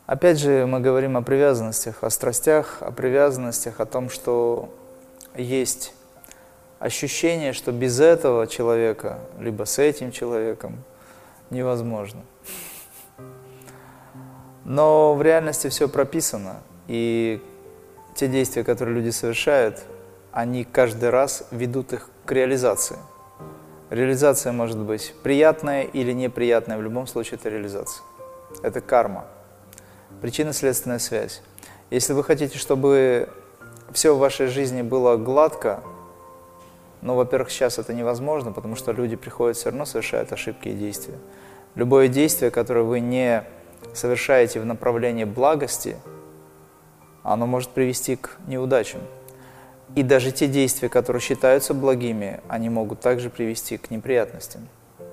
Опять же, мы говорим о привязанностях, о страстях, о привязанностях, о том, что есть ощущение, что без этого человека, либо с этим человеком невозможно. Но в реальности все прописано, и те действия, которые люди совершают, они каждый раз ведут их к реализации. Реализация может быть приятная или неприятная, в любом случае это реализация. Это карма. Причинно-следственная связь. Если вы хотите, чтобы все в вашей жизни было гладко, но, во-первых, сейчас это невозможно, потому что люди приходят, все равно совершают ошибки и действия. Любое действие, которое вы не совершаете в направлении благости, оно может привести к неудачам. И даже те действия, которые считаются благими, они могут также привести к неприятностям.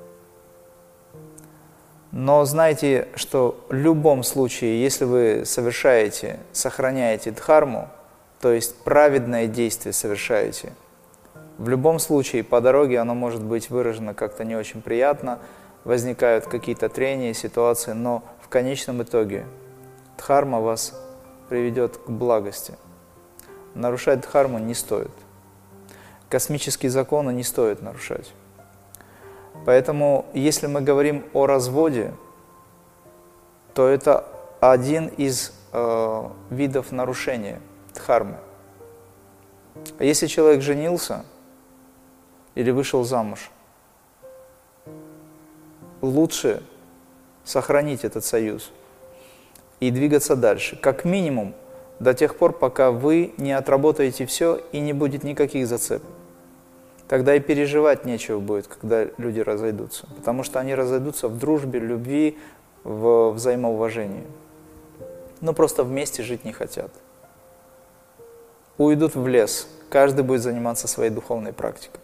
Но знайте, что в любом случае, если вы совершаете, сохраняете дхарму, то есть праведное действие совершаете, в любом случае по дороге оно может быть выражено как-то не очень приятно, возникают какие-то трения, ситуации, но в конечном итоге дхарма вас приведет к благости. Нарушать дхарму не стоит. Космические законы не стоит нарушать. Поэтому, если мы говорим о разводе, то это один из видов нарушения дхармы. А если человек женился или вышел замуж, лучше сохранить этот союз и двигаться дальше. Как минимум, до тех пор, пока вы не отработаете все и не будет никаких зацепок. Тогда и переживать нечего будет, когда люди разойдутся. Потому что они разойдутся в дружбе, любви, в взаимоуважении. Но просто вместе жить не хотят. Уйдут в лес, каждый будет заниматься своей духовной практикой.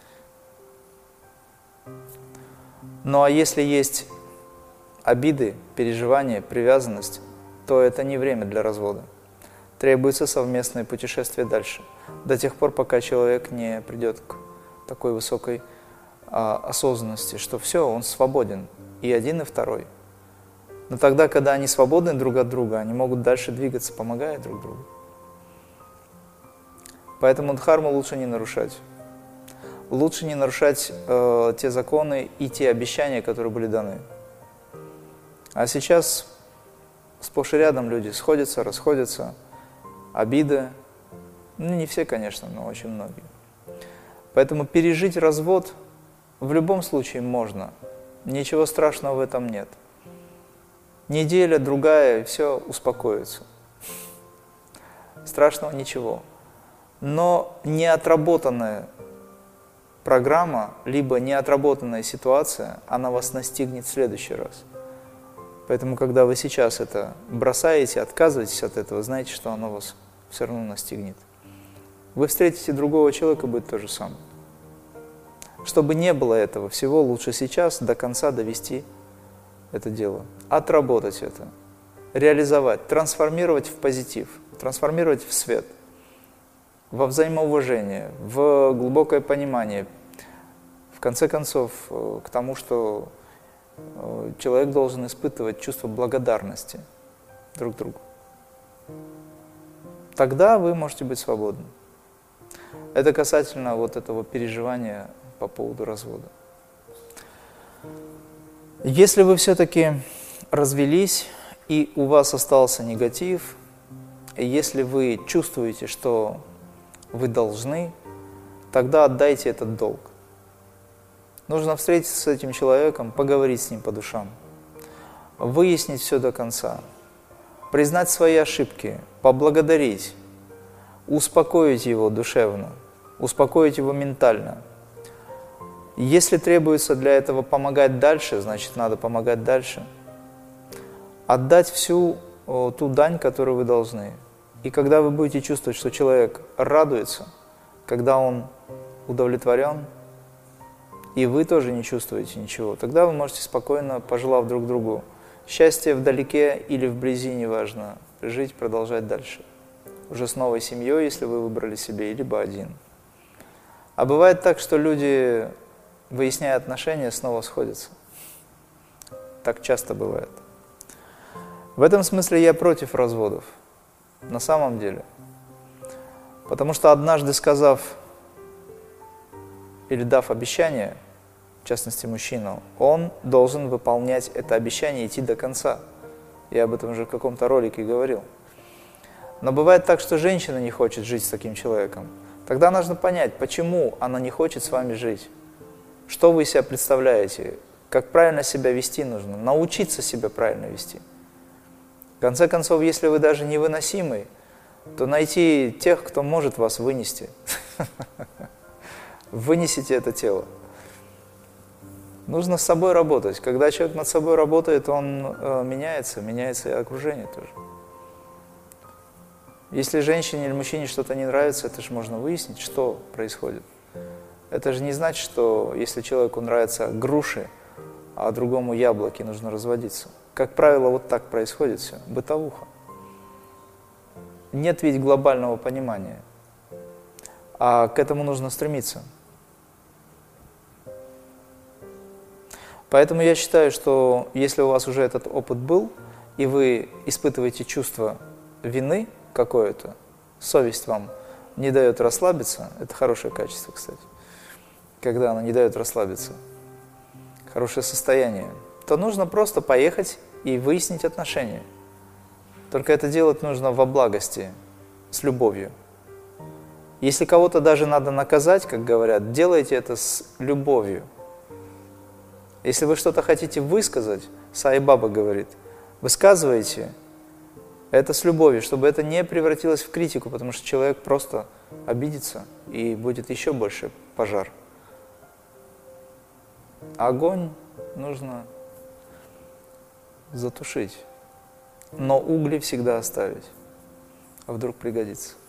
Ну а если есть обиды, переживания, привязанность, то это не время для развода. Требуется совместное путешествие дальше, до тех пор, пока человек не придет к такой высокой осознанности, что все, он свободен, и один, и второй. Но тогда, когда они свободны друг от друга, они могут дальше двигаться, помогая друг другу. Поэтому дхарму лучше не нарушать. Лучше не нарушать те законы и те обещания, которые были даны. А сейчас сплошь и рядом люди сходятся, расходятся, обиды. Ну, не все, конечно, но очень многие. Поэтому пережить развод в любом случае можно. Ничего страшного в этом нет. Неделя, другая, и все успокоится. Страшного ничего. Но неотработанная программа, либо неотработанная ситуация, она вас настигнет в следующий раз. Поэтому, когда вы сейчас это бросаете, отказываетесь от этого, знайте, что оно вас все равно настигнет. Вы встретите другого человека, будет то же самое. Чтобы не было этого всего, лучше сейчас до конца довести это дело, отработать это, реализовать, трансформировать в позитив, трансформировать в свет, во взаимоуважение, в глубокое понимание, в конце концов, к тому, что человек должен испытывать чувство благодарности друг другу. Тогда вы можете быть свободны. Это касательно вот этого переживания по поводу развода. Если вы все-таки развелись, и у вас остался негатив, и если вы чувствуете, что вы должны, тогда отдайте этот долг. Нужно встретиться с этим человеком, поговорить с ним по душам, выяснить все до конца, признать свои ошибки, поблагодарить, успокоить его душевно, успокоить его ментально. Если требуется для этого помогать дальше, значит, надо помогать дальше. Отдать всю ту дань, которую вы должны. И когда вы будете чувствовать, что человек радуется, когда он удовлетворен, и вы тоже не чувствуете ничего, тогда вы можете спокойно, пожелав друг другу счастья вдалеке или вблизи, неважно, жить, продолжать дальше. Уже с новой семьей, если вы выбрали себе, либо один. А бывает так, что люди, выясняя отношения, снова сходятся. Так часто бывает. В этом смысле я против разводов, на самом деле. Потому что однажды сказав или дав обещание, в частности мужчина, он должен выполнять это обещание и идти до конца. Я об этом уже в каком-то ролике говорил. Но бывает так, что женщина не хочет жить с таким человеком. Тогда нужно понять, почему она не хочет с вами жить. Что вы из себя представляете, как правильно себя вести нужно, научиться себя правильно вести. В конце концов, если вы даже невыносимый, то найти тех, кто может вас вынести. Вынесите это тело. Нужно с собой работать. Когда человек над собой работает, он меняется и окружение тоже. Если женщине или мужчине что-то не нравится, это же можно выяснить, что происходит. Это же не значит, что если человеку нравятся груши, а другому яблоки, нужно разводиться. Как правило, вот так происходит все. Бытовуха. Нет ведь глобального понимания. А к этому нужно стремиться. Поэтому я считаю, что если у вас уже этот опыт был, и вы испытываете чувство вины какое-то, совесть вам не дает расслабиться, это хорошее качество, кстати, когда она не дает расслабиться, хорошее состояние, то нужно просто поехать и выяснить отношения. Только это делать нужно во благости, с любовью. Если кого-то даже надо наказать, как говорят, делайте это с любовью. Если вы что-то хотите высказать, Сай Баба говорит, высказывайте это с любовью, чтобы это не превратилось в критику, потому что человек просто обидится и будет еще больше пожар. Огонь нужно затушить, но угли всегда оставить, а вдруг пригодится.